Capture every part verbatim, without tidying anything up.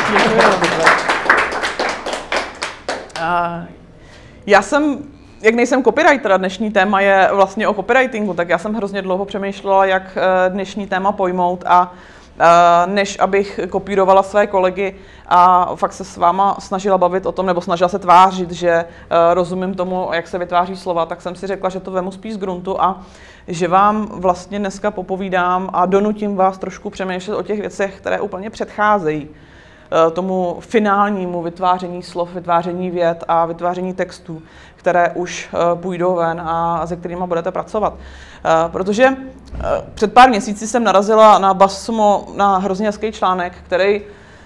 Já jsem, jak nejsem copywriter a dnešní téma je vlastně o copywritingu, tak já jsem hrozně dlouho přemýšlela, jak dnešní téma pojmout a než abych kopírovala své kolegy a fakt se s váma snažila bavit o tom, nebo snažila se tvářit, že rozumím tomu, jak se vytváří slova, tak jsem si řekla, že to vemu spíš z gruntu a že vám vlastně dneska popovídám a donutím vás trošku přemýšlet o těch věcech, které úplně předcházejí tomu finálnímu vytváření slov, vytváření vět a vytváření textů, které už půjdou ven a se kterými budete pracovat. Protože před pár měsíci jsem narazila na BuzzSumo na hrozně hezký článek, který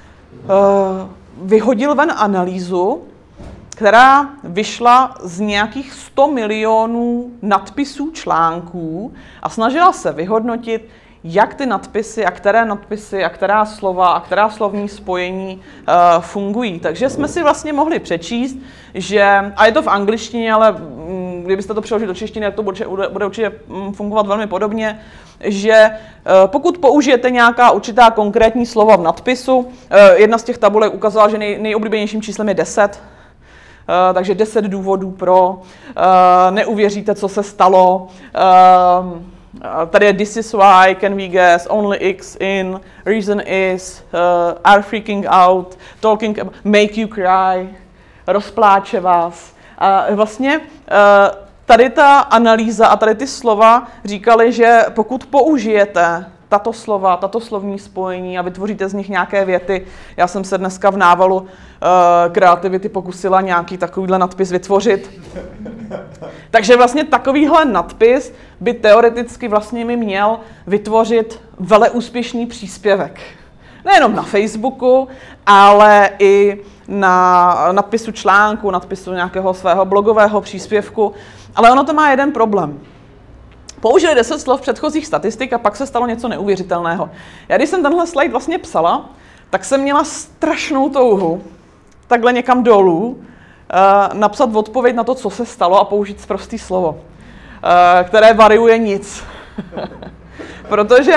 vyhodil ven analýzu, která vyšla z nějakých sto milionů nadpisů článků a snažila se vyhodnotit, jak ty nadpisy a které nadpisy a která slova a která slovní spojení uh, fungují. Takže jsme si vlastně mohli přečíst, že, a je to v angličtině, ale mm, kdybyste to přeložili do češtiny, tak to bude, bude určitě fungovat velmi podobně, že uh, pokud použijete nějaká určitá konkrétní slova v nadpisu, uh, jedna z těch tabulek ukázala, že nej, nejoblíbenějším číslem je deset, uh, takže deset důvodů pro, uh, neuvěříte, co se stalo, uh, tady je this is why, can we guess, only X in, reason is, uh, are freaking out, talking about, make you cry, rozpláče vás. A vlastně uh, tady ta analýza a tady ty slova říkaly, že pokud použijete tato slova, tato slovní spojení a vytvoříte z nich nějaké věty, já jsem se dneska v návalu uh, kreativity pokusila nějaký takovýhle nadpis vytvořit. Takže vlastně takovýhle nadpis by teoreticky vlastně mi měl vytvořit veleúspěšný příspěvek. Nejenom na Facebooku, ale i na nadpisu článku, nadpisu nějakého svého blogového příspěvku. Ale ono to má jeden problém. Použili deset slov předchozích statistik a pak se stalo něco neuvěřitelného. Já když jsem tenhle slide vlastně psala, tak jsem měla strašnou touhu takhle někam dolů uh, napsat odpověď na to, co se stalo a použít sprostý slovo, uh, které variuje nic. protože,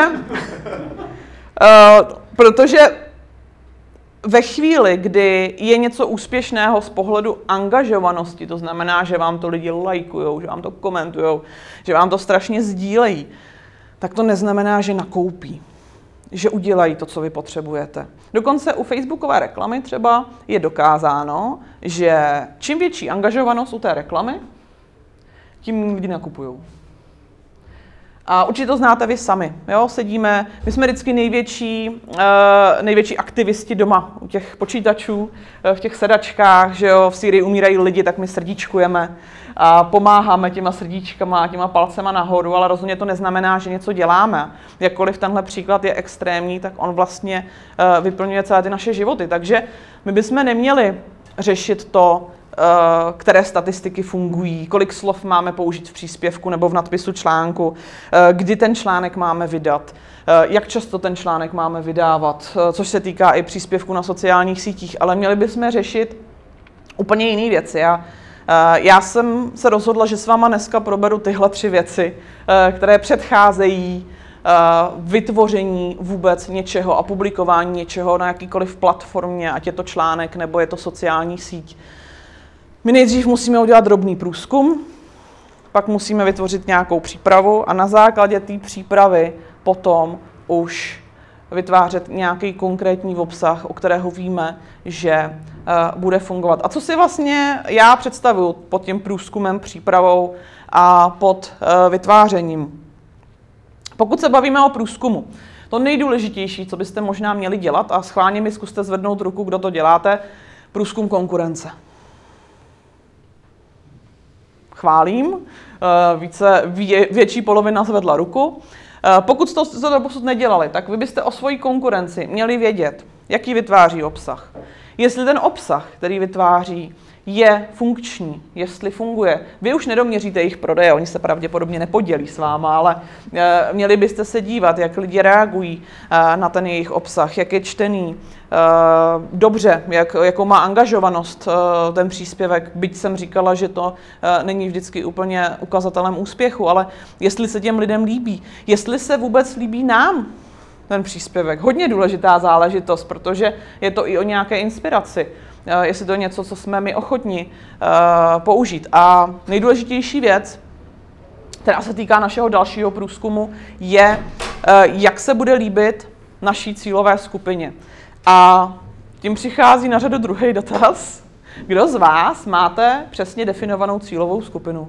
uh, protože ve chvíli, kdy je něco úspěšného z pohledu angažovanosti, to znamená, že vám to lidi lajkujou, že vám to komentujou, že vám to strašně sdílejí, tak to neznamená, že nakoupí, že udělají to, co vy potřebujete. Dokonce u facebookové reklamy třeba je dokázáno, že čím větší angažovanost u té reklamy, tím lidi nakupujou. A určitě to znáte vy sami, jo? Sedíme, my jsme vždycky největší, uh, největší aktivisti doma u těch počítačů, uh, v těch sedačkách, že jo, v Sýrii umírají lidi, tak my srdíčkujeme a pomáháme těma srdíčkama, těma palcema nahoru, ale rozhodně to neznamená, že něco děláme. Jakkoliv tenhle příklad je extrémní, tak on vlastně uh, vyplňuje celé ty naše životy. Takže my bychom neměli řešit to, které statistiky fungují, kolik slov máme použít v příspěvku nebo v nadpisu článku, kdy ten článek máme vydat, jak často ten článek máme vydávat, což se týká i příspěvku na sociálních sítích, ale měli bychom řešit úplně jiné věci. Já, já jsem se rozhodla, že s váma dneska proberu tyhle tři věci, které předcházejí vytvoření vůbec něčeho a publikování něčeho na jakýkoliv platformě, ať je to článek nebo je to sociální síť. My nejdřív musíme udělat drobný průzkum, pak musíme vytvořit nějakou přípravu a na základě té přípravy potom už vytvářet nějaký konkrétní obsah, o kterého víme, že uh, bude fungovat. A co si vlastně já představuji pod tím průzkumem, přípravou a pod uh, vytvářením? Pokud se bavíme o průzkumu, to nejdůležitější, co byste možná měli dělat, a schválně mi zkuste zvednout ruku, kdo to děláte, průzkum konkurence. Chválím, více, vě, větší polovina zvedla ruku. Pokud to, to doposud nedělali, tak vy byste o svojí konkurenci měli vědět, jaký vytváří obsah. Jestli ten obsah, který vytváří, je funkční, jestli funguje. Vy už nedoměříte jejich prodeje, oni se pravděpodobně nepodělí s váma, ale e, měli byste se dívat, jak lidi reagují e, na ten jejich obsah, jak je čtený, e, dobře, jak, jakou má angažovanost e, ten příspěvek, byť jsem říkala, že to e, není vždycky úplně ukazatelem úspěchu, ale jestli se těm lidem líbí, jestli se vůbec líbí nám, ten příspěvek. Hodně důležitá záležitost, protože je to i o nějaké inspiraci. Jestli to je něco, co jsme my ochotni uh, použít. A nejdůležitější věc, která se týká našeho dalšího průzkumu, je, uh, jak se bude líbit naší cílové skupině. A tím přichází na řadu druhý dotaz. Kdo z vás máte přesně definovanou cílovou skupinu?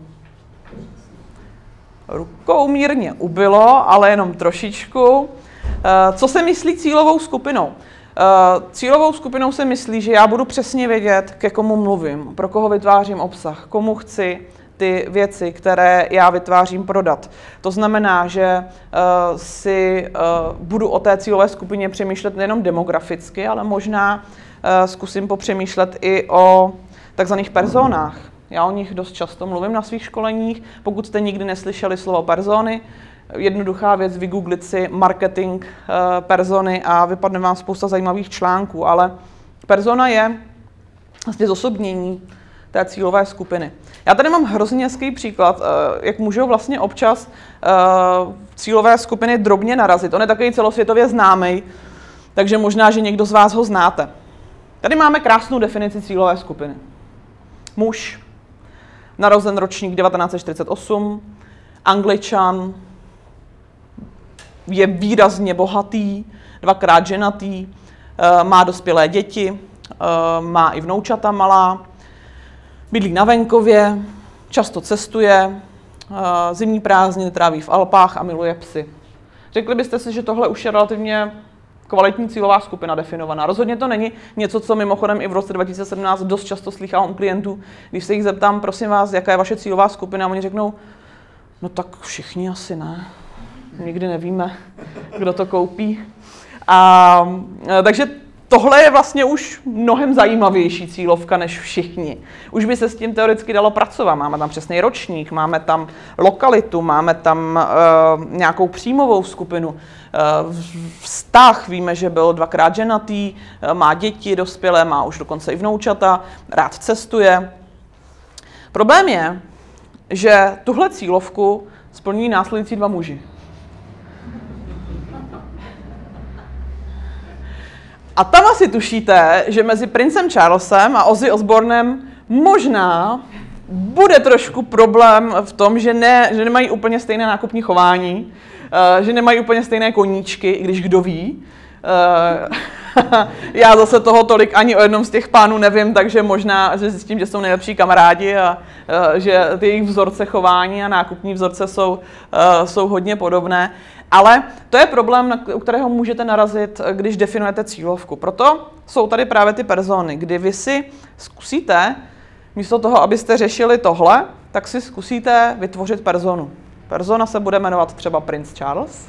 Rukou mírně ubylo, ale jenom trošičku. Uh, co se myslí cílovou skupinou? Uh, cílovou skupinou se myslí, že já budu přesně vědět, ke komu mluvím, pro koho vytvářím obsah, komu chci ty věci, které já vytvářím, prodat. To znamená, že uh, si uh, budu o té cílové skupině přemýšlet nejenom demograficky, ale možná uh, zkusím popřemýšlet i o takzvaných personách. Já o nich dost často mluvím na svých školeních. Pokud jste nikdy neslyšeli slovo persony, jednoduchá věc, vygooglit si marketing uh, persony a vypadne vám spousta zajímavých článků, ale persona je vlastně zosobnění té cílové skupiny. Já tady mám hrozně hezký příklad, uh, jak můžou vlastně občas uh, cílové skupiny drobně narazit. On je takový celosvětově známý, takže možná, že někdo z vás ho znáte. Tady máme krásnou definici cílové skupiny. Muž, narozen ročník devatenáct set čtyřicet osm, Angličan, je výrazně bohatý, dvakrát ženatý, má dospělé děti, má i vnoučata malá, bydlí na venkově, často cestuje, zimní prázdniny tráví v Alpách a miluje psy. Řekli byste si, že tohle už je relativně kvalitní cílová skupina definovaná. Rozhodně to není něco, co mimochodem i v roce dva tisíce sedmnáct dost často slýchám od klientů. Když se jich zeptám, prosím vás, jaká je vaše cílová skupina, a oni řeknou, no tak všichni asi ne. Nikdy nevíme, kdo to koupí. A, takže tohle je vlastně už mnohem zajímavější cílovka než všichni. Už by se s tím teoreticky dalo pracovat. Máme tam přesný ročník, máme tam lokalitu, máme tam uh, nějakou příjmovou skupinu. Uh, vztah, víme, že byl dvakrát ženatý, uh, má děti dospělé, má už dokonce i vnoučata, rád cestuje. Problém je, že tuhle cílovku splňují následující dva muži. A tam asi tušíte, že mezi princem Charlesem a Ozzy Osbournem možná bude trošku problém v tom, že, ne, že nemají úplně stejné nákupní chování, uh, že nemají úplně stejné koníčky, i když kdo ví. Uh, já zase toho tolik ani o jednom z těch pánů nevím, takže možná že zjistím, že jsou nejlepší kamarádi a uh, že ty jejich vzorce chování a nákupní vzorce jsou, uh, jsou hodně podobné. Ale to je problém, u kterého můžete narazit, když definujete cílovku. Proto jsou tady právě ty persony, kdy vy si zkusíte, místo toho, abyste řešili tohle, tak si zkusíte vytvořit personu. Persona se bude jmenovat třeba Prince Charles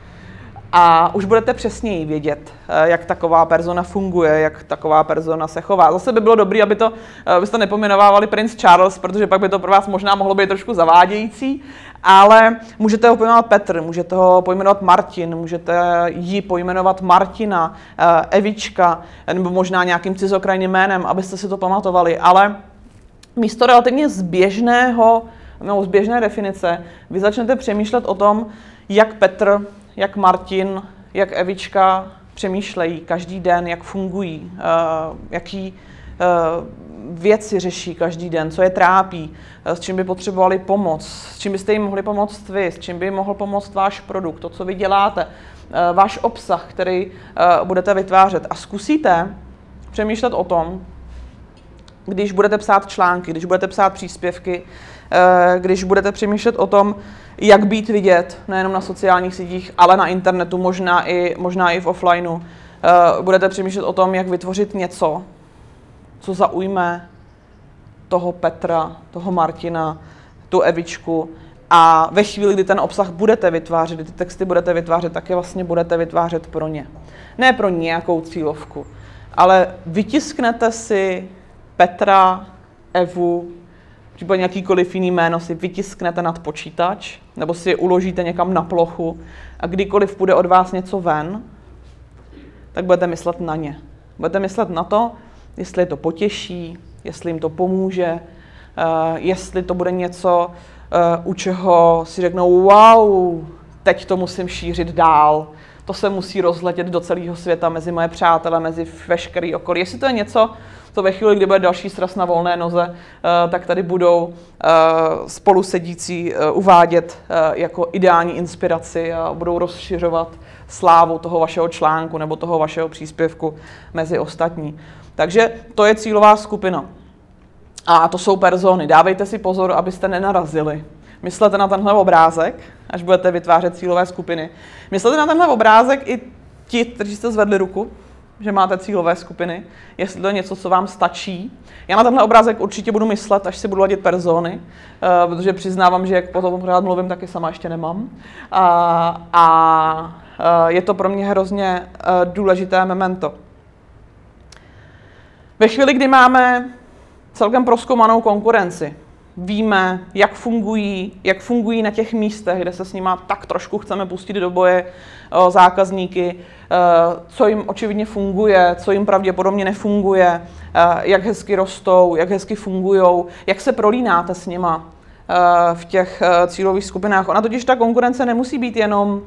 a už budete přesněji vědět, jak taková persona funguje, jak taková persona se chová. Zase by bylo dobré, aby to, byste nepojmenovávali Prince Charles, protože pak by to pro vás možná mohlo být trošku zavádějící, ale můžete ho pojmenovat Petr, můžete ho pojmenovat Martin, můžete ji pojmenovat Martina, Evička, nebo možná nějakým cizokrajným jménem, abyste si to pamatovali, ale místo relativně zběžného, nebo zběžné definice, vy začnete přemýšlet o tom, jak Petr, jak Martin, jak Evička přemýšlejí každý den, jak fungují, uh, jaký uh, věci řeší každý den, co je trápí, uh, s čím by potřebovali pomoc, s čím byste jim mohli pomoct vy, s čím by jim mohl pomoct váš produkt, to, co vy děláte, uh, váš obsah, který uh, budete vytvářet. A zkusíte přemýšlet o tom, když budete psát články, když budete psát příspěvky, uh, když budete přemýšlet o tom, jak být vidět, nejenom na sociálních sítích, ale na internetu, možná i, možná i v offlineu. Uh, budete přemýšlet o tom, jak vytvořit něco, co zaujme toho Petra, toho Martina, tu Evičku. A ve chvíli, kdy ten obsah budete vytvářet, kdy ty texty budete vytvářet, tak je vlastně budete vytvářet pro ně. Ne pro nějakou cílovku, ale vytisknete si Petra, Evu, případně jakýkoliv jiný jméno si vytisknete nad počítač, nebo si je uložíte někam na plochu a kdykoliv půjde od vás něco ven, tak budete myslet na ně. Budete myslet na to, jestli je to potěší, jestli jim to pomůže, uh, jestli to bude něco, uh, u čeho si řeknou wow, teď to musím šířit dál, to se musí rozletět do celého světa, mezi moje přátele, mezi veškerý okolí. Jestli to je něco, co ve chvíli, kdy bude další sraz na volné noze, tak tady budou spolu sedící uvádět jako ideální inspiraci a budou rozšiřovat slávu toho vašeho článku nebo toho vašeho příspěvku mezi ostatní. Takže to je cílová skupina. A to jsou persony. Dávejte si pozor, abyste nenarazili. Myslete na tenhle obrázek, až budete vytvářet cílové skupiny. Myslete na tenhle obrázek i ti, kteří jste zvedli ruku, že máte cílové skupiny, jestli to je něco, co vám stačí. Já na tenhle obrázek určitě budu myslet, až si budu ladit persony, uh, protože přiznávám, že jak potom pořád mluvím, taky sama ještě nemám. Uh, a uh, je to pro mě hrozně uh, důležité memento. Ve chvíli, kdy máme celkem prozkoumanou konkurenci, víme, jak fungují, jak fungují na těch místech, kde se s nima tak trošku chceme pustit do boje o zákazníky, co jim očividně funguje, co jim pravděpodobně nefunguje, jak hezky rostou, jak hezky fungujou, jak se prolínáte s nima v těch cílových skupinách. Ona totiž ta konkurence nemusí být jenom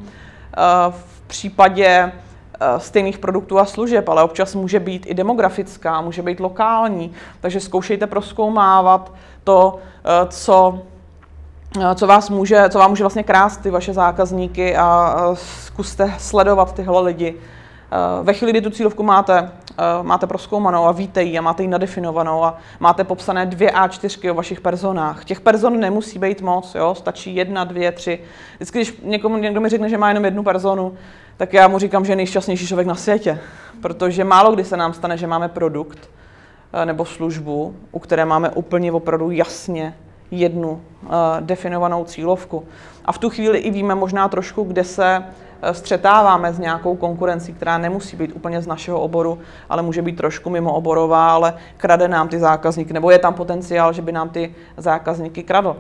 v případě stejných produktů a služeb, ale občas může být i demografická, může být lokální, takže zkoušejte prozkoumávat to, co, co, vás může, co vám může vlastně krást ty vaše zákazníky a zkuste sledovat tyhle lidi. Ve chvíli, kdy tu cílovku máte, máte prozkoumanou a víte ji a máte ji nadefinovanou a máte popsané dvě á čtyřky o vašich personách. Těch person nemusí být moc, jo? Stačí jedna, dvě, tři. Vždycky, když někomu, někdo mi řekne, že má jenom jednu personu, tak já mu říkám, že je nejšťastnější člověk na světě, protože málo kdy se nám stane, že máme produkt nebo službu, u které máme úplně opravdu jasně jednu uh, definovanou cílovku. A v tu chvíli i víme možná trošku, kde se uh, střetáváme s nějakou konkurencí, která nemusí být úplně z našeho oboru, ale může být trošku mimo oborová, ale krade nám ty zákazníky, nebo je tam potenciál, že by nám ty zákazníky kradl.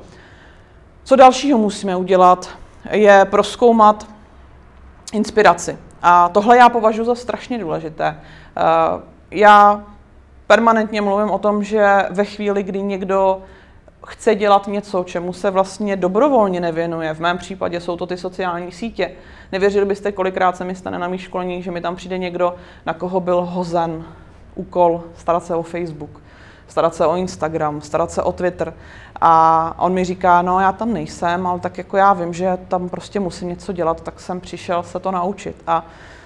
Co dalšího musíme udělat, je prozkoumat inspiraci. A tohle já považuji za strašně důležité. Uh, já permanentně mluvím o tom, že ve chvíli, kdy někdo chce dělat něco, čemu se vlastně dobrovolně nevěnuje, v mém případě jsou to ty sociální sítě. Nevěřili byste, kolikrát se mi stane na mých školních, že mi tam přijde někdo, na koho byl hozen úkol starat se o Facebook, starat se o Instagram, starat se o Twitter. A on mi říká, no já tam nejsem, ale tak jako já vím, že tam prostě musím něco dělat, tak jsem přišel se to naučit. A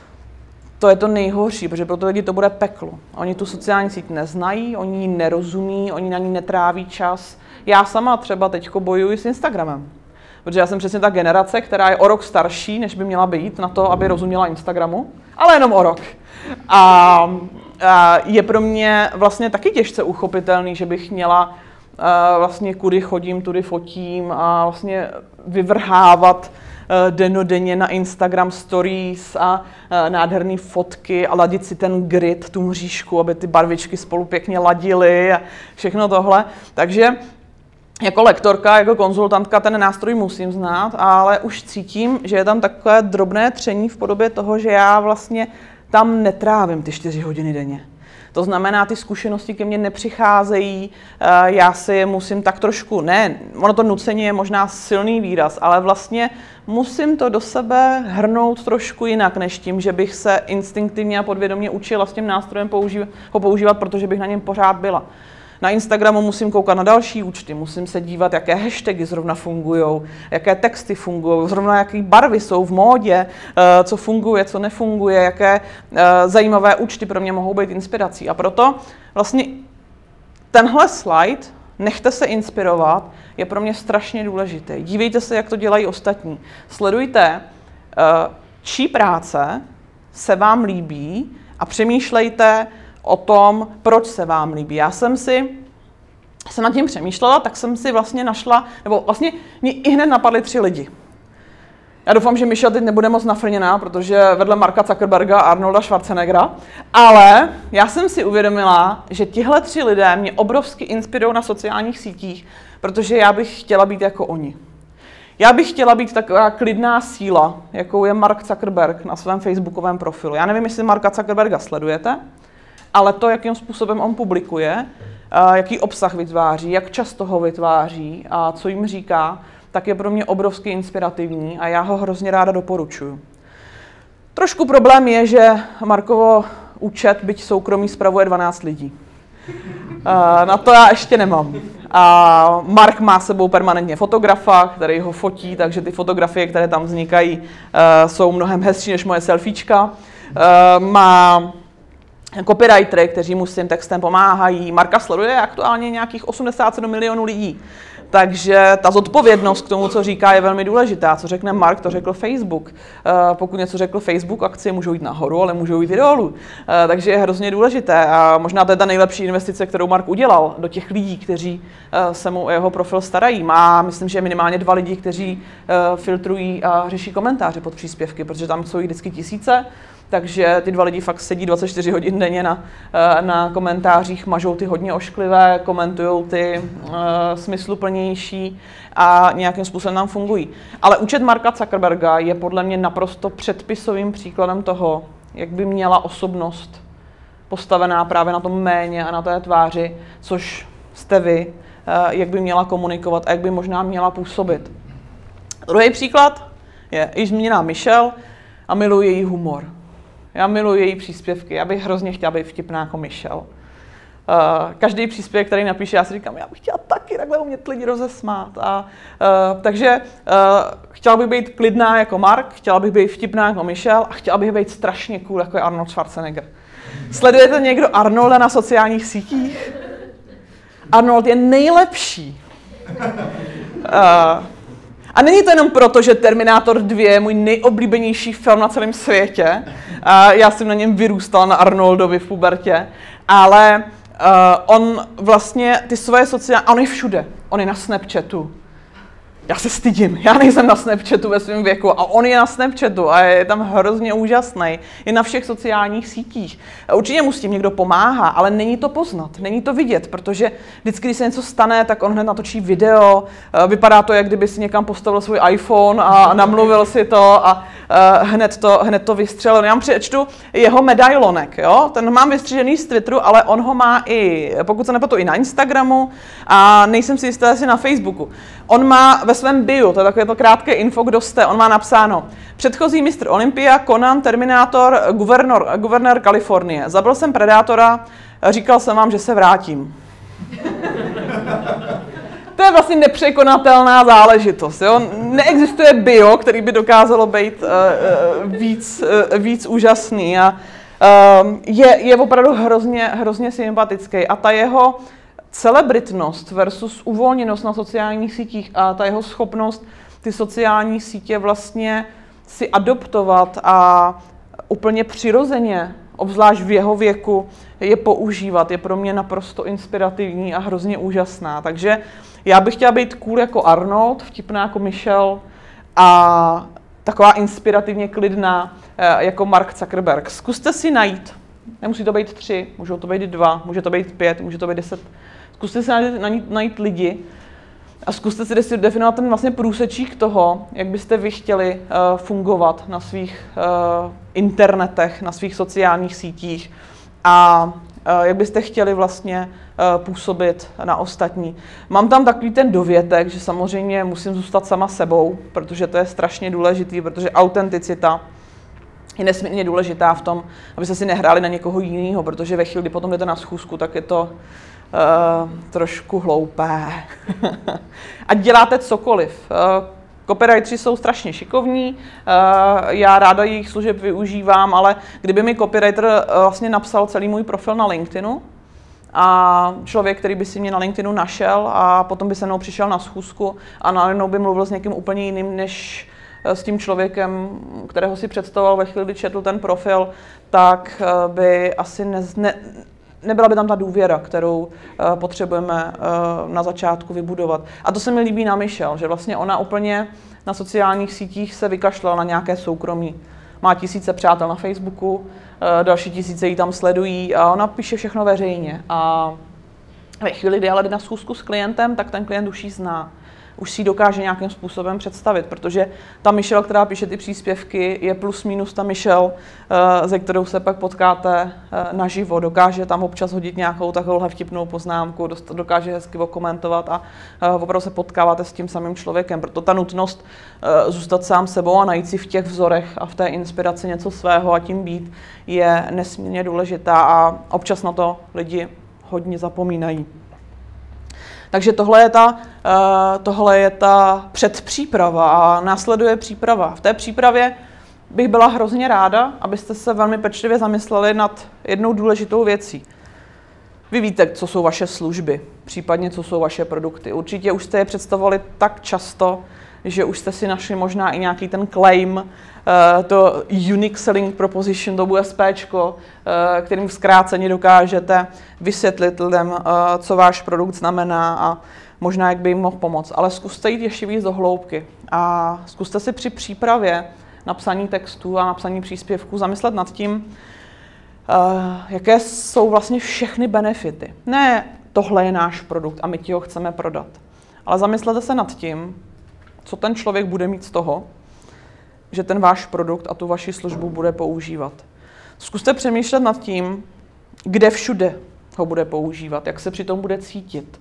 to je to nejhorší, protože pro ty lidi to bude peklo. Oni tu sociální síť neznají, oni ji nerozumí, oni na ní netráví čas. Já sama třeba teďko bojuji s Instagramem, protože já jsem přesně ta generace, která je o rok starší, než by měla být na to, aby rozuměla Instagramu, ale jenom o rok. A, a je pro mě vlastně taky těžce uchopitelný, že bych měla a vlastně kudy chodím, tudy fotím a vlastně vyvrhávat denodenně na Instagram stories a nádherné fotky a ladit si ten grid, tu mřížku, aby ty barvičky spolu pěkně ladily a všechno tohle. Takže jako lektorka, jako konzultantka ten nástroj musím znát, ale už cítím, že je tam takové drobné tření v podobě toho, že já vlastně tam netrávím ty čtyři hodiny denně. To znamená, ty zkušenosti ke mně nepřicházejí, já si je musím tak trošku, ne, ono to nucení je možná silný výraz, ale vlastně musím to do sebe hrnout trošku jinak, než tím, že bych se instinktivně a podvědomě učila s tím nástrojem používat, ho používat, protože bych na něm pořád byla. Na Instagramu musím koukat na další účty, musím se dívat, jaké hashtagy zrovna fungují, jaké texty fungují, zrovna jaké barvy jsou v módě, co funguje, co nefunguje, jaké zajímavé účty pro mě mohou být inspirací. A proto vlastně tenhle slide, nechte se inspirovat, je pro mě strašně důležitý. Dívejte se, jak to dělají ostatní. Sledujte, čí práce se vám líbí a přemýšlejte o tom, proč se vám líbí. Já jsem si se nad tím přemýšlela, tak jsem si vlastně našla, nebo vlastně mě i hned napadly tři lidi. Já doufám, že Michelle teď nebude moc nafrněná, protože vedle Marka Zuckerberga a Arnolda Schwarzeneggera, ale já jsem si uvědomila, že tihle tři lidé mě obrovsky inspirují na sociálních sítích, protože já bych chtěla být jako oni. Já bych chtěla být taková klidná síla, jakou je Mark Zuckerberg na svém facebookovém profilu. Já nevím, jestli Marka Zuckerberga sledujete, ale to, jakým způsobem on publikuje, jaký obsah vytváří, jak často ho vytváří a co jim říká, tak je pro mě obrovsky inspirativní a já ho hrozně ráda doporučuju. Trošku problém je, že Markovo účet, byť soukromý, spravuje dvanáct lidí. Uh, na to já ještě nemám. A Mark má s sebou permanentně fotografa, který ho fotí, takže ty fotografie, které tam vznikají, uh, jsou mnohem hezčí než moje selfiečka. Uh, má copywritery, kteří mu s tím textem pomáhají. Marka sleduje aktuálně nějakých osmdesát sedm milionů lidí. Takže ta zodpovědnost k tomu, co říká, je velmi důležitá. Co řekne Mark, to řekl Facebook. Uh, pokud něco řekl Facebook, akcie můžou jít nahoru, ale můžou jít i dolů. Uh, takže je hrozně důležité. A možná to je ta nejlepší investice, kterou Mark udělal do těch lidí, kteří uh, se mu o jeho profil starají. Má, myslím, že minimálně dva lidi, kteří uh, filtrují a řeší komentáře pod příspěvky, protože tam jsou jich vždycky tisíce. Takže ty dva lidi fakt sedí dvacet čtyři hodin denně na, na komentářích, mažou ty hodně ošklivé, komentují ty uh, smysluplnější a nějakým způsobem nám fungují. Ale účet Marka Zuckerberga je podle mě naprosto předpisovým příkladem toho, jak by měla osobnost postavená právě na tom jméně a na té tváři, což jste vy, uh, jak by měla komunikovat a jak by možná měla působit. Druhý příklad je již zmíněná Michelle a miluji její humor. Já miluji její příspěvky, já bych hrozně chtěla být vtipná jako Michelle. Uh, každý příspěvek, který napíše, já si říkám, já bych chtěla taky takhle umět lidi rozesmát. A, uh, takže uh, chtěla bych být klidná jako Mark, chtěla bych být vtipná jako Michelle a chtěla bych být strašně cool jako je Arnold Schwarzenegger. Sledujete někdo Arnolda na sociálních sítích? Arnold je nejlepší. Uh, A není to jenom proto, že Terminátor dva je můj nejoblíbenější film na celém světě. Uh, já jsem na něm vyrůstala, na Arnoldovi v pubertě, ale uh, on vlastně ty svoje sociální... On je všude. On je na Snapchatu. Já se stydím, já nejsem na Snapchatu ve svém věku a on je na Snapchatu a je tam hrozně úžasný. Je na všech sociálních sítích. Určitě mu s tím někdo pomáhá, ale není to poznat, není to vidět, protože vždycky, když se něco stane, tak on hned natočí video, vypadá to, jak kdyby si někam postavil svůj iPhone a namluvil si to a hned to, hned to vystřelil. Já vám přečtu jeho medailonek, jo? Ten mám vystřižený z Twitteru, ale on ho má i, pokud se nepletu, i na Instagramu a nejsem si jistá, jestli na Facebooku. On má ve svém bio, to je takové to krátké info, kdo jste, on má napsáno: předchozí mistr Olympia, Conan, Terminátor, guvernor, guvernér Kalifornie. Zabil jsem predátora, říkal jsem vám, že se vrátím. To je vlastně nepřekonatelná záležitost. Jo? Neexistuje bio, který by dokázalo být uh, uh, víc, uh, víc úžasný. A, uh, je, je opravdu hrozně, hrozně sympatický. A ta jeho celebritnost versus uvolněnost na sociálních sítích a ta jeho schopnost ty sociální sítě vlastně si adoptovat a úplně přirozeně, obzvlášť v jeho věku, je používat, je pro mě naprosto inspirativní a hrozně úžasná. Takže já bych chtěla být cool jako Arnold, vtipná jako Michelle a taková inspirativně klidná jako Mark Zuckerberg. Zkuste si najít, nemusí to být tři, můžou to být dva, může to být pět, může to být deset. Zkuste si najít, najít, najít lidi a zkuste si definovat ten vlastně průsečík toho, jak byste vy chtěli uh, fungovat na svých uh, internetech, na svých sociálních sítích a uh, jak byste chtěli vlastně uh, působit na ostatní. Mám tam takový ten dovětek, že samozřejmě musím zůstat sama sebou, protože to je strašně důležitý, protože autenticita je nesmírně důležitá v tom, abyste si nehráli na někoho jiného, protože ve chvíli, kdy potom jdete na schůzku, tak je to Uh, trošku hloupé. Ať děláte cokoliv. Uh, copywriteri jsou strašně šikovní, uh, já ráda jejich služeb využívám, ale kdyby mi copywriter uh, vlastně napsal celý můj profil na LinkedInu a člověk, který by si mě na LinkedInu našel a potom by se mnou přišel na schůzku a najednou by mluvil s někým úplně jiným, než s tím člověkem, kterého si představoval ve chvíli, kdy četl ten profil, tak uh, by asi ne, ne nebyla by tam ta důvěra, kterou uh, potřebujeme uh, na začátku vybudovat. A to se mi líbí na Michelle, že vlastně ona úplně na sociálních sítích se vykašlala na nějaké soukromí. Má tisíce přátel na Facebooku, uh, další tisíce ji tam sledují a ona píše všechno veřejně. A ve chvíli, kdy ale jde na schůzku s klientem, tak ten klient už ji zná. už si ji dokáže nějakým způsobem představit, protože ta Michelle, která píše ty příspěvky, je plus minus ta Michelle, se kterou se pak potkáte naživo. Dokáže tam občas hodit nějakou takovouhle vtipnou poznámku, dokáže hezky okomentovat a opravdu se potkáváte s tím samým člověkem. Proto ta nutnost zůstat sám sebou a najít si v těch vzorech a v té inspiraci něco svého a tím být je nesmírně důležitá a občas na to lidi hodně zapomínají. Takže tohle je ta, tohle je ta předpříprava a následuje příprava. V té přípravě bych byla hrozně ráda, abyste se velmi pečlivě zamysleli nad jednou důležitou věcí. Vy víte, co jsou vaše služby, případně co jsou vaše produkty. Určitě už jste je představovali tak často, že už jste si našli možná i nějaký ten claim, to Unique Selling Proposition, to USPčko, kterým zkráceně dokážete vysvětlit lidem, co váš produkt znamená a možná, jak by jim mohl pomoct. Ale zkuste jít ještě víc do hloubky a zkuste si při přípravě napsaní textů a napsaní příspěvků zamyslet nad tím, jaké jsou vlastně všechny benefity. Ne, tohle je náš produkt a my ti ho chceme prodat, ale zamyslete se nad tím, co ten člověk bude mít z toho, že ten váš produkt a tu vaši službu bude používat. Zkuste přemýšlet nad tím, kde všude ho bude používat, jak se přitom bude cítit.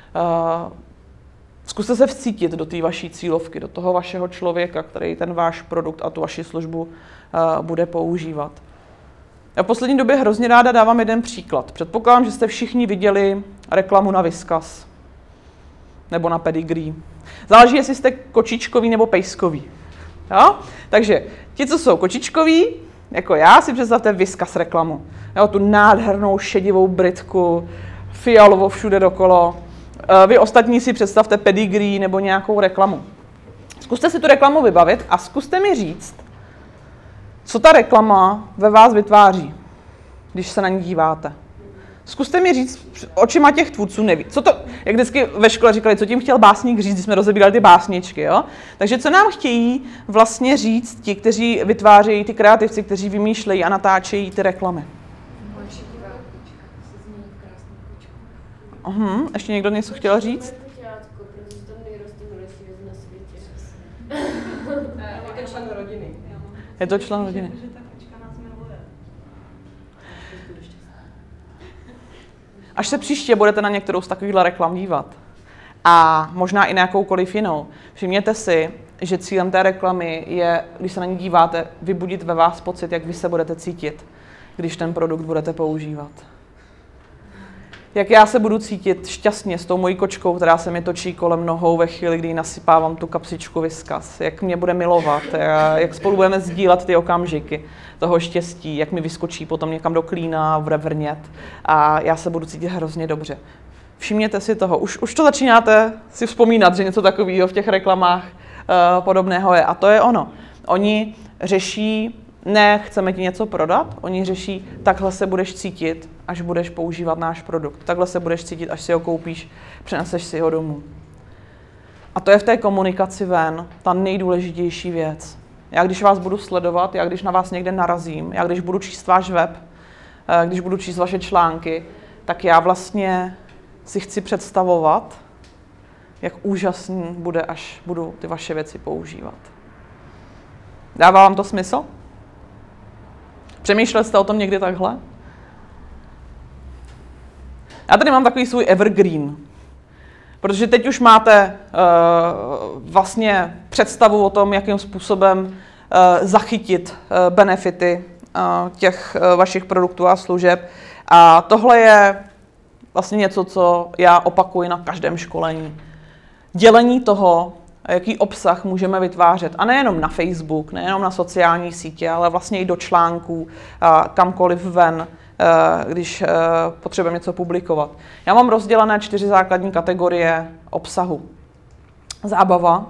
Zkuste se vcítit do té vaší cílovky, do toho vašeho člověka, který ten váš produkt a tu vaši službu bude používat. Já v poslední době hrozně ráda dávám jeden příklad. Předpokládám, že jste všichni viděli reklamu na Whiskas nebo na Pedigree. Záleží, jestli jste kočičkový nebo pejskový. Jo? Takže ti, co jsou kočičkoví, jako já, si představte Whiskas reklamu. Jo, tu nádhernou šedivou Britku, fialovo všude dokolo. Vy ostatní si představte Pedigree nebo nějakou reklamu. Zkuste si tu reklamu vybavit a zkuste mi říct, co ta reklama ve vás vytváří, když se na ní díváte. Zkuste mi říct, očima těch tvůrců neví. Co to, jak vždycky ve škole říkali, co tím chtěl básník říct, když jsme rozebírali ty básničky, jo? Takže co nám chtějí vlastně říct ti, kteří vytvářejí, ty kreativci, kteří vymýšlejí a natáčejí ty reklamy? Uhum, ještě někdo něco chtěl říct? Je to člen rodiny. Je to člen rodiny. Až se příště budete na některou z takovýchhle reklam dívat a možná i na jakoukoliv jinou, všimněte si, že cílem té reklamy je, když se na ní díváte, vybudit ve vás pocit, jak vy se budete cítit, když ten produkt budete používat. Jak já se budu cítit šťastně s tou mojí kočkou, která se mi točí kolem nohou ve chvíli, kdy jí nasypávám tu kapsičku Whiskas, jak mě bude milovat, jak spolu budeme sdílet ty okamžiky toho štěstí, jak mi vyskočí potom někam do klína, bude vrnět a já se budu cítit hrozně dobře. Všimněte si toho, už, už to začínáte si vzpomínat, že něco takového v těch reklamách uh, podobného je a to je ono. Oni řeší, ne chceme ti něco prodat, oni řeší, takhle se budeš cítit, až budeš používat náš produkt. Takhle se budeš cítit, až si ho koupíš, přeneseš si ho domů. A to je v té komunikaci ven ta nejdůležitější věc. Já když vás budu sledovat, já když na vás někde narazím, já když budu číst váš web, když budu číst vaše články, tak já vlastně si chci představovat, jak úžasný bude, až budu ty vaše věci používat. Dává vám to smysl? Přemýšleli jste o tom někdy takhle? Já tady mám takový svůj evergreen, protože teď už máte uh, vlastně představu o tom, jakým způsobem uh, zachytit uh, benefity uh, těch uh, vašich produktů a služeb. A tohle je vlastně něco, co já opakuji na každém školení. Dělení toho, jaký obsah můžeme vytvářet. A nejenom na Facebook, nejenom na sociální sítě, ale vlastně i do článků, kamkoliv ven, když potřebujeme něco publikovat. Já mám rozdělené čtyři základní kategorie obsahu. Zábava,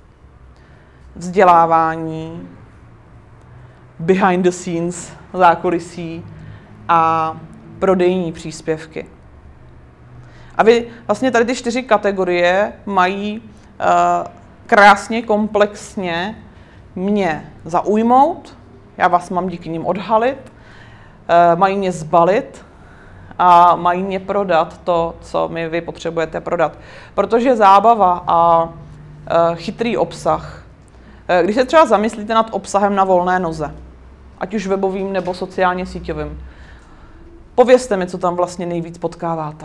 vzdělávání, behind the scenes, zákulisí a prodejní příspěvky. A vy vlastně tady ty čtyři kategorie mají uh, krásně, komplexně mě zaujmout, já vás mám díky nim odhalit, uh, mají mě zbalit a mají mě prodat to, co mi vy potřebujete prodat. Protože zábava a chytrý obsah. Když se třeba zamyslíte nad obsahem na volné noze, ať už webovým nebo sociálně síťovým, povězte mi, co tam vlastně nejvíc potkáváte.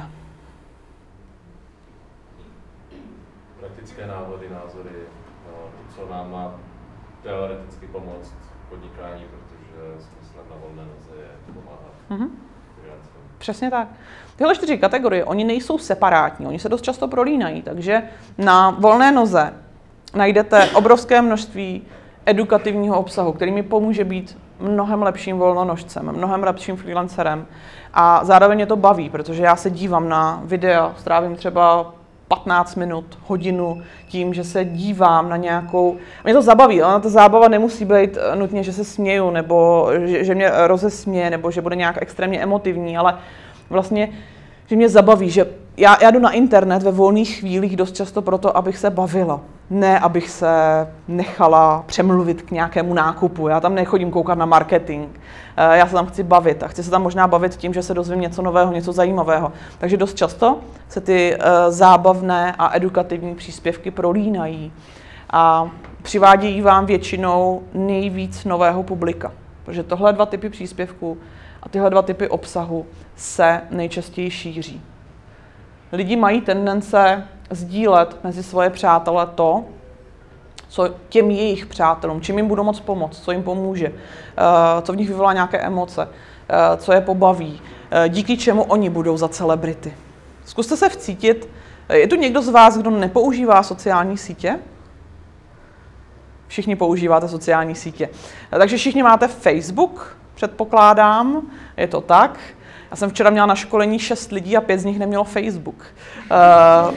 Praktické návody, názory, no, co nám má teoreticky pomoct v podnikání, protože smyslem na volné noze je pomáhat. Mm-hmm. Přesně tak. Tyhle čtyři kategorie, oni nejsou separátní, oni se dost často prolínají, takže na volné noze najdete obrovské množství edukativního obsahu, který mi pomůže být mnohem lepším volnonožcem, mnohem lepším freelancerem a zároveň mě to baví, protože já se dívám na videa, strávím třeba patnáct minut, hodinu tím, že se dívám na nějakou... Mě to zabaví, ale ta zábava nemusí být nutně, že se směju, nebo že, že mě rozesměje, nebo že bude nějak extrémně emotivní, ale vlastně, že mě zabaví, že já, já jdu na internet ve volných chvílích dost často proto, abych se bavila. Ne, abych se nechala přemluvit k nějakému nákupu. Já tam nechodím koukat na marketing. Já se tam chci bavit a chci se tam možná bavit tím, že se dozvím něco nového, něco zajímavého. Takže dost často se ty zábavné a edukativní příspěvky prolínají a přivádějí vám většinou nejvíc nového publika. Protože tohle dva typy příspěvků a tyhle dva typy obsahu se nejčastěji šíří. Lidi mají tendence sdílet mezi svoje přátele to, co těm jejich přátelům, čím jim budou moct pomoct, co jim pomůže, co v nich vyvolá nějaké emoce, co je pobaví, díky čemu oni budou za celebrity. Zkuste se vcítit, je tu někdo z vás, kdo nepoužívá sociální sítě? Všichni používáte sociální sítě. Takže všichni máte Facebook, předpokládám, je to tak. Já jsem včera měla na školení šest lidí a pět z nich nemělo Facebook. Uh,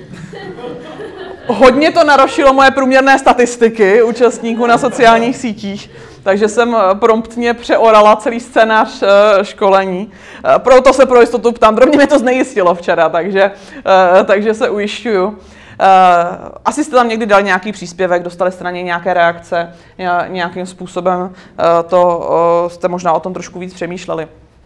hodně to narušilo moje průměrné statistiky účastníků na sociálních sítích, takže jsem promptně přeorala celý scénář uh, školení. Uh, proto se pro jistotu ptám, pro mě mě to znejistilo včera, takže, uh, takže se ujišťuju. Uh, asi jste tam někdy dali nějaký příspěvek, dostali jste na něj nějaké reakce, nějakým způsobem uh, to uh, jste možná o tom trošku víc přemýšleli.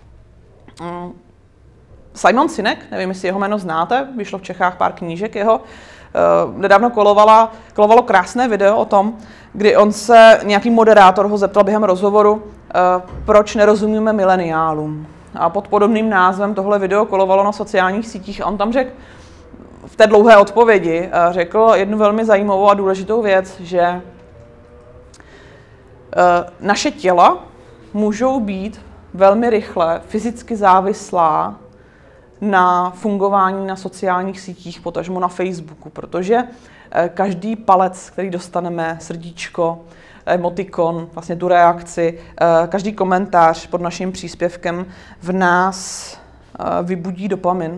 Simon Sinek, nevím, jestli jeho jméno znáte, vyšlo v Čechách pár knížek jeho, nedávno kolovala, kolovalo krásné video o tom, kdy on se, nějaký moderátor ho zeptal během rozhovoru, proč nerozumíme mileniálům. A pod podobným názvem tohle video kolovalo na sociálních sítích a on tam řekl, v té dlouhé odpovědi, řekl jednu velmi zajímavou a důležitou věc, že naše těla můžou být velmi rychle fyzicky závislá na fungování na sociálních sítích, potažmo na Facebooku, protože každý palec, který dostaneme, srdíčko, emotikon, vlastně tu reakci, každý komentář pod naším příspěvkem v nás vybudí dopamin.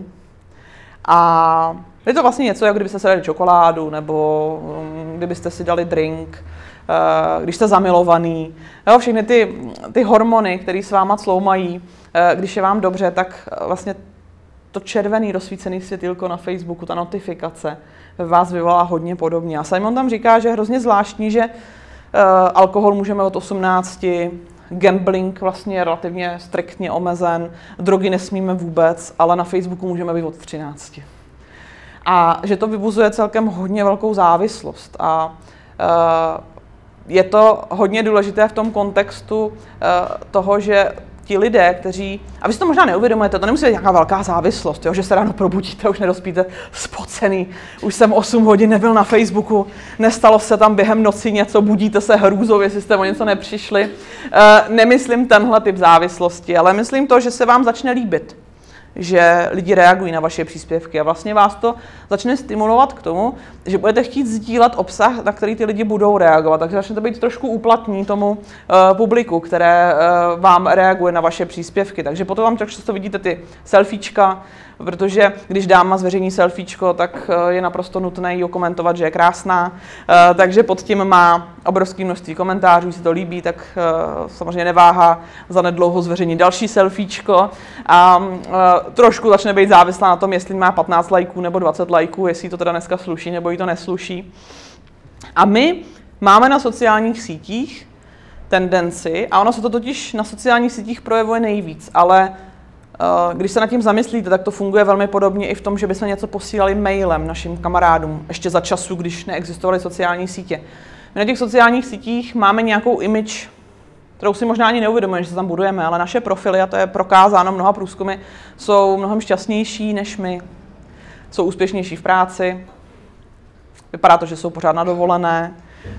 A je to vlastně něco, jako kdybyste si dali čokoládu, nebo kdybyste si dali drink, když jste zamilovaný. Jo, všechny ty, ty hormony, které s váma cloumají, když je vám dobře, tak vlastně to červený rozsvícený světýlko na Facebooku, ta notifikace, vás vyvolá hodně podobně. A Simon tam říká, že je hrozně zvláštní, že uh, alkohol můžeme od osmnácti, gambling vlastně je relativně striktně omezen, drogy nesmíme vůbec, ale na Facebooku můžeme být od třinácti. A že to vybuzuje celkem hodně velkou závislost. A uh, je to hodně důležité v tom kontextu uh, toho, že ti lidé, kteří, a vy si to možná neuvědomujete, to nemusí být nějaká velká závislost, jo, že se ráno probudíte, už nedospíte spocený, už jsem osm hodin nebyl na Facebooku, nestalo se tam během noci něco, budíte se hrůzou, jestli jste o něco nepřišli. Uh, nemyslím tenhle typ závislosti, ale myslím to, že se vám začne líbit, že lidi reagují na vaše příspěvky a vlastně vás to začne stimulovat k tomu, že budete chtít sdílet obsah, na který ty lidi budou reagovat. Takže začnete být trošku úplatní tomu uh, publiku, které uh, vám reaguje na vaše příspěvky. Takže potom vám tak často vidíte ty selfiečka, protože když dáma zveřejní selfiečko, tak uh, je naprosto nutné ji okomentovat, že je krásná. Uh, takže pod tím má obrovské množství komentářů, si to líbí, tak uh, samozřejmě neváhá zanedlouho zveřejnit další selfiečko a uh, trošku začne být závislá na tom, jestli má patnáct lajků nebo dvacet lajků, jestli to teda dneska sluší nebo jí to nesluší. A my máme na sociálních sítích tendenci, a ono se to totiž na sociálních sítích projevuje nejvíc, ale Když se nad tím zamyslíte, tak to funguje velmi podobně i v tom, že bychom něco posílali mailem našim kamarádům, ještě za času, když neexistovaly sociální sítě. My na těch sociálních sítích máme nějakou image, kterou si možná ani neuvědomujeme, že se tam budujeme, ale naše profily, a to je prokázáno mnoha průzkumy, jsou mnohem šťastnější než my. Jsou úspěšnější v práci, vypadá to, že jsou pořád na dovolené,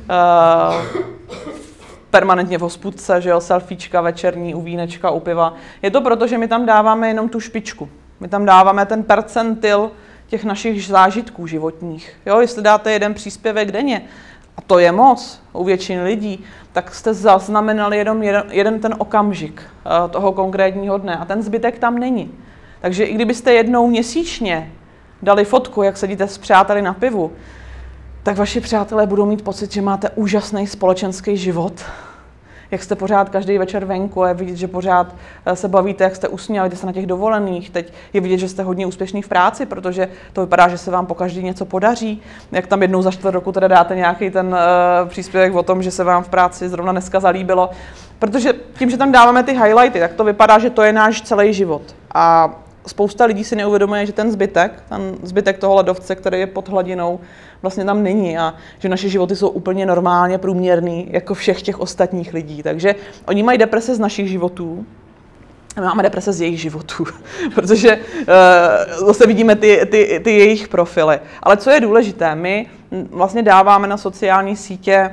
uh, permanentně v hospůdce, že jo, selfiečka večerní, u vínečka, u piva. Je to proto, že my tam dáváme jenom tu špičku. My tam dáváme ten percentil těch našich zážitků životních. Jo, jestli dáte jeden příspěvek denně, a to je moc u většiny lidí, tak jste zaznamenali jenom jeden, jeden ten okamžik uh, toho konkrétního dne a ten zbytek tam není. Takže i kdybyste jednou měsíčně dali fotku, jak sedíte s přáteli na pivu, tak vaši přátelé budou mít pocit, že máte úžasný společenský život. Jak jste pořád každý večer venku a je vidět, že pořád se bavíte, jak jste usměli, jste na těch dovolených. Teď je vidět, že jste hodně úspěšný v práci, protože to vypadá, že se vám pokaždý něco podaří. Jak tam jednou za čtvrt roku teda dáte nějaký ten uh, příspěvek o tom, že se vám v práci zrovna dneska zalíbilo. Protože tím, že tam dáváme ty highlighty, tak to vypadá, že to je náš celý život. A spousta lidí si neuvědomuje, že ten zbytek, ten zbytek toho ledovce, který je pod hladinou, vlastně tam není a že naše životy jsou úplně normálně průměrný, jako všech těch ostatních lidí. Takže oni mají deprese z našich životů, a my máme deprese z jejich životů, protože uh, zase vidíme ty, ty, ty jejich profily. Ale co je důležité, my vlastně dáváme na sociální sítě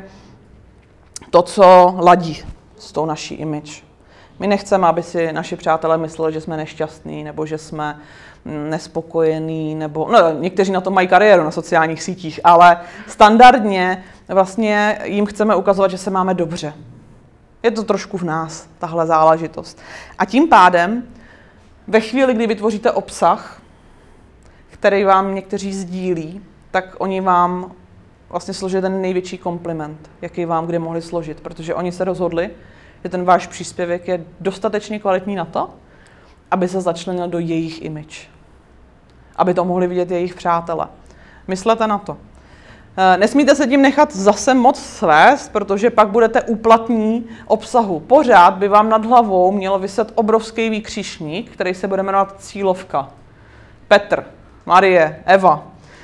to, co ladí s tou naší image. My nechceme, aby si naši přátelé mysleli, že jsme nešťastní, nebo že jsme nespokojení, nebo no, někteří na to mají kariéru na sociálních sítích, ale standardně vlastně jim chceme ukazovat, že se máme dobře. Je to trošku v nás, tahle záležitost. A tím pádem, ve chvíli, kdy vytvoříte obsah, který vám někteří sdílí, tak oni vám vlastně složí ten největší kompliment, jaký vám kdy mohli složit, protože oni se rozhodli, že ten váš příspěvek je dostatečně kvalitní na to, aby se začlenil do jejich image. Aby to mohli vidět jejich přátelé. Myslete na to. Nesmíte se tím nechat zase moc svést, protože pak budete úplatní obsahu. Pořád by vám nad hlavou měl viset obrovský výkřičník, který se bude jmenovat cílovka. Petr, Marie, Eva.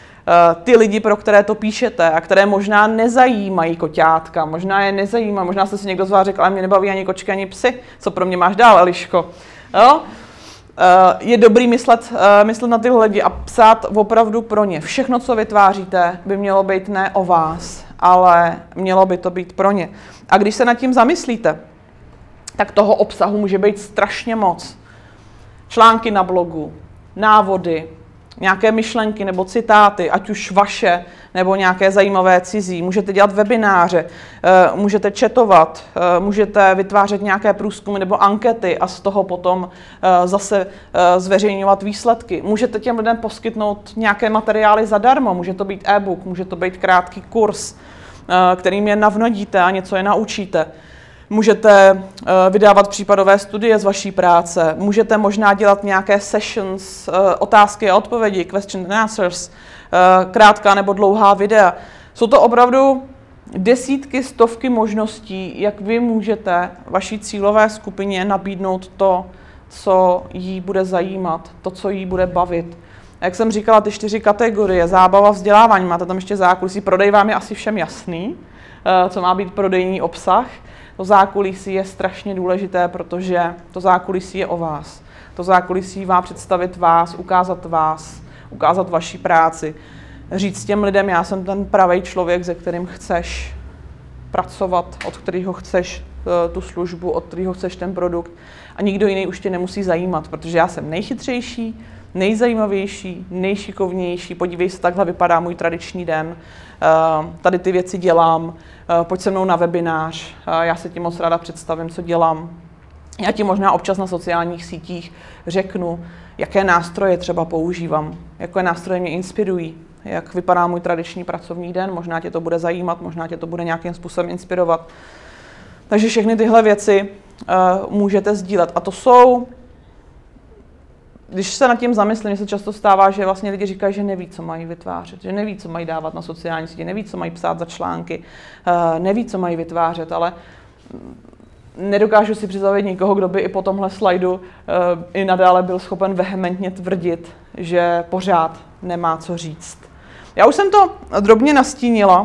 Ty lidi, pro které to píšete a které možná nezajímají koťátka, možná je nezajímá, možná jste si někdo z vás řekl, ale mě nebaví ani kočky, ani psy, co pro mě máš dál, Eliško. Jo? Je dobrý myslet, myslet na tyhle lidi a psát opravdu pro ně. Všechno, co vytváříte, by mělo být ne o vás, ale mělo by to být pro ně. A když se nad tím zamyslíte, tak toho obsahu může být strašně moc. Články na blogu, návody, nějaké myšlenky nebo citáty, ať už vaše, nebo nějaké zajímavé cizí. Můžete dělat webináře, můžete chatovat, můžete vytvářet nějaké průzkumy nebo ankety a z toho potom zase zveřejňovat výsledky. Můžete těm lidem poskytnout nějaké materiály zadarmo, může to být e-book, může to být krátký kurz, kterým je navnadíte a něco je naučíte. Můžete vydávat případové studie z vaší práce, můžete možná dělat nějaké sessions, otázky a odpovědi, question and answers, krátká nebo dlouhá videa. Jsou to opravdu desítky, stovky možností, jak vy můžete vaší cílové skupině nabídnout to, co jí bude zajímat, to, co jí bude bavit. A jak jsem říkala, ty čtyři kategorie, zábava, vzdělávání, máte tam ještě zákulisí, prodej vám je asi všem jasný, co má být prodejní obsah. To zákulisí je strašně důležité, protože to zákulisí je o vás. To zákulisí má představit vás, ukázat vás, ukázat vaši práci. Říct těm lidem, já jsem ten pravý člověk, se kterým chceš pracovat, od kterého chceš tu službu, od kterého chceš ten produkt a nikdo jiný už tě nemusí zajímat, protože já jsem nejchytřejší, nejzajímavější, nejšikovnější. Podívej se, takhle vypadá můj tradiční den. Tady ty věci dělám, pojď se mnou na webinář, já se ti moc ráda představím, co dělám. Já ti možná občas na sociálních sítích řeknu, jaké nástroje třeba používám, jaké nástroje mě inspirují, jak vypadá můj tradiční pracovní den, možná tě to bude zajímat, možná tě to bude nějakým způsobem inspirovat. Takže všechny tyhle věci uh, můžete sdílet. A to jsou, když se nad tím zamyslím, se často stává, že vlastně lidi říkají, že neví, co mají vytvářet, že neví, co mají dávat na sociální sítě, neví, co mají psát za články, uh, neví, co mají vytvářet, ale nedokážu si představit nikoho, kdo by i po tomhle slajdu uh, i nadále byl schopen vehementně tvrdit, že pořád nemá co říct. Já už jsem to drobně nastínila.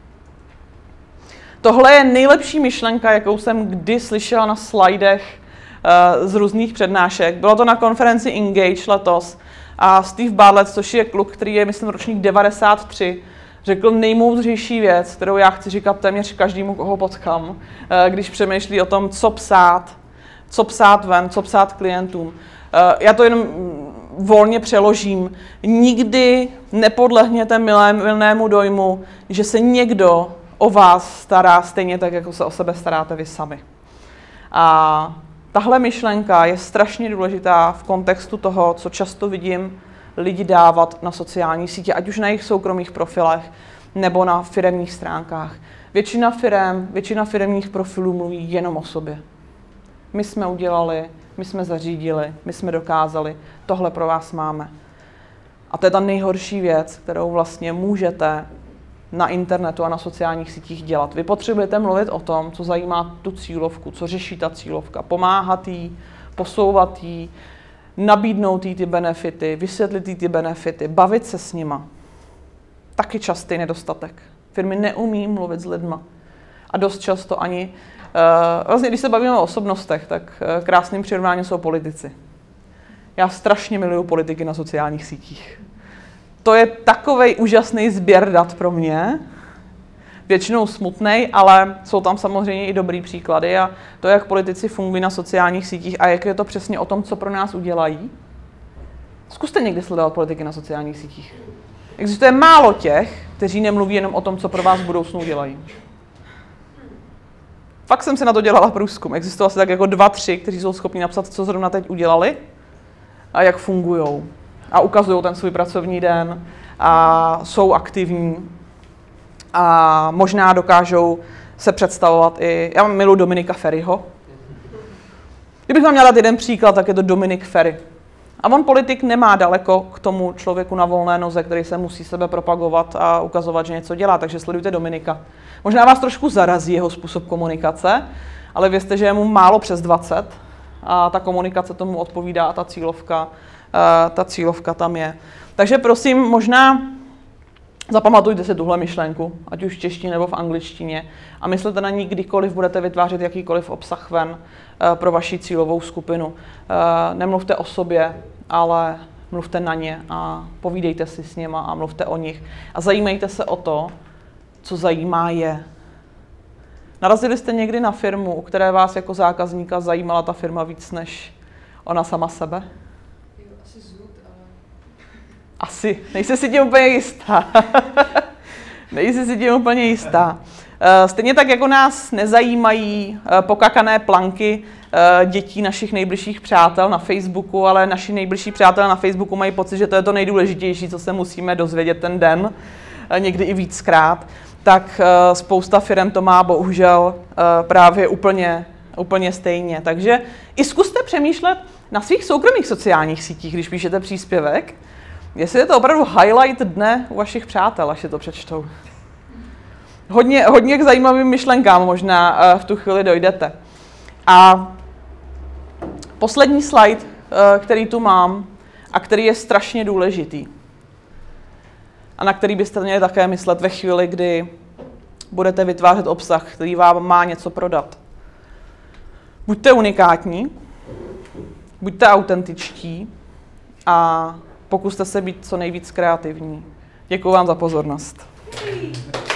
Tohle je nejlepší myšlenka, jakou jsem kdy slyšela na slajdech uh, z různých přednášek. Bylo to na konferenci Engage letos a Steve Bartlett, což je kluk, který je, myslím, ročník devadesát tři, řekl nejmoudřejší věc, kterou já chci říkat téměř každému, koho potkám, uh, když přemýšlí o tom, co psát, co psát ven, co psát klientům. Uh, já to jenom volně přeložím. Nikdy nepodlehněte mylnému dojmu, že se někdo o vás stará stejně tak, jako se o sebe staráte vy sami. A tahle myšlenka je strašně důležitá v kontextu toho, co často vidím lidi dávat na sociální sítě, ať už na jejich soukromých profilech nebo na firemních stránkách. Většina firem, většina firemních profilů mluví jenom o sobě. My jsme udělali, my jsme zařídili, my jsme dokázali, tohle pro vás máme. A to je ta nejhorší věc, kterou vlastně můžete na internetu a na sociálních sítích dělat. Vy potřebujete mluvit o tom, co zajímá tu cílovku, co řeší ta cílovka, pomáhat jí, posouvat jí, nabídnout jí ty benefity, vysvětlit jí ty benefity, bavit se s nima. Taky častý nedostatek. Firmy neumí mluvit s lidma. A dost často ani, uh, vlastně když se bavíme o osobnostech, tak uh, krásným přirovnáním jsou politici. Já strašně miluju politiky na sociálních sítích. To je takovej úžasný sběr dat pro mě, většinou smutnej, ale jsou tam samozřejmě i dobrý příklady a to, jak politici fungují na sociálních sítích a jak je to přesně o tom, co pro nás udělají. Zkuste někdy sledovat politiky na sociálních sítích. Existuje málo těch, kteří nemluví jenom o tom, co pro vás v budoucnu udělají. Fakt jsem si na to dělala průzkum. Existují asi tak jako dva, tři, kteří jsou schopni napsat, co zrovna teď udělali a jak fungujou. A ukazují ten svůj pracovní den a jsou aktivní a možná dokážou se představovat i... Já miluji Dominika Ferryho. Kdybych vám měla dát jeden příklad, tak je to Dominik Ferry. A on politik nemá daleko k tomu člověku na volné noze, který se musí sebe propagovat a ukazovat, že něco dělá, takže sledujte Dominika. Možná vás trošku zarazí jeho způsob komunikace, ale vězte, že je mu málo přes dvacet a ta komunikace tomu odpovídá a ta cílovka, ta cílovka tam je. Takže prosím, možná zapamatujte si tuhle myšlenku, ať už v češtině nebo v angličtině a myslete na ní, kdykoliv budete vytvářet jakýkoliv obsah ven pro vaši cílovou skupinu. Nemluvte o sobě, ale mluvte na ně a povídejte si s něma a mluvte o nich. A zajímejte se o to, co zajímá je. Narazili jste někdy na firmu, u které vás jako zákazníka zajímala ta firma víc než ona sama sebe? Jo, asi Zoot, ale... Asi. Nejsi si tím úplně jistá. Nejsi si tím úplně jistá. Stejně tak, jako nás nezajímají pokakané planky dětí našich nejbližších přátel na Facebooku, ale naši nejbližší přátelé na Facebooku mají pocit, že to je to nejdůležitější, co se musíme dozvědět ten den, někdy i víckrát, tak spousta firem to má bohužel právě úplně, úplně stejně. Takže i zkuste přemýšlet na svých soukromých sociálních sítích, když píšete příspěvek, jestli je to opravdu highlight dne u vašich přátel, až si to přečtou. Hodně, hodně k zajímavým myšlenkám možná v tu chvíli dojdete. A poslední slide, který tu mám a který je strašně důležitý a na který byste měli také myslet ve chvíli, kdy budete vytvářet obsah, který vám má něco prodat. Buďte unikátní, buďte autentičtí a pokuste se být co nejvíc kreativní. Děkuji vám za pozornost.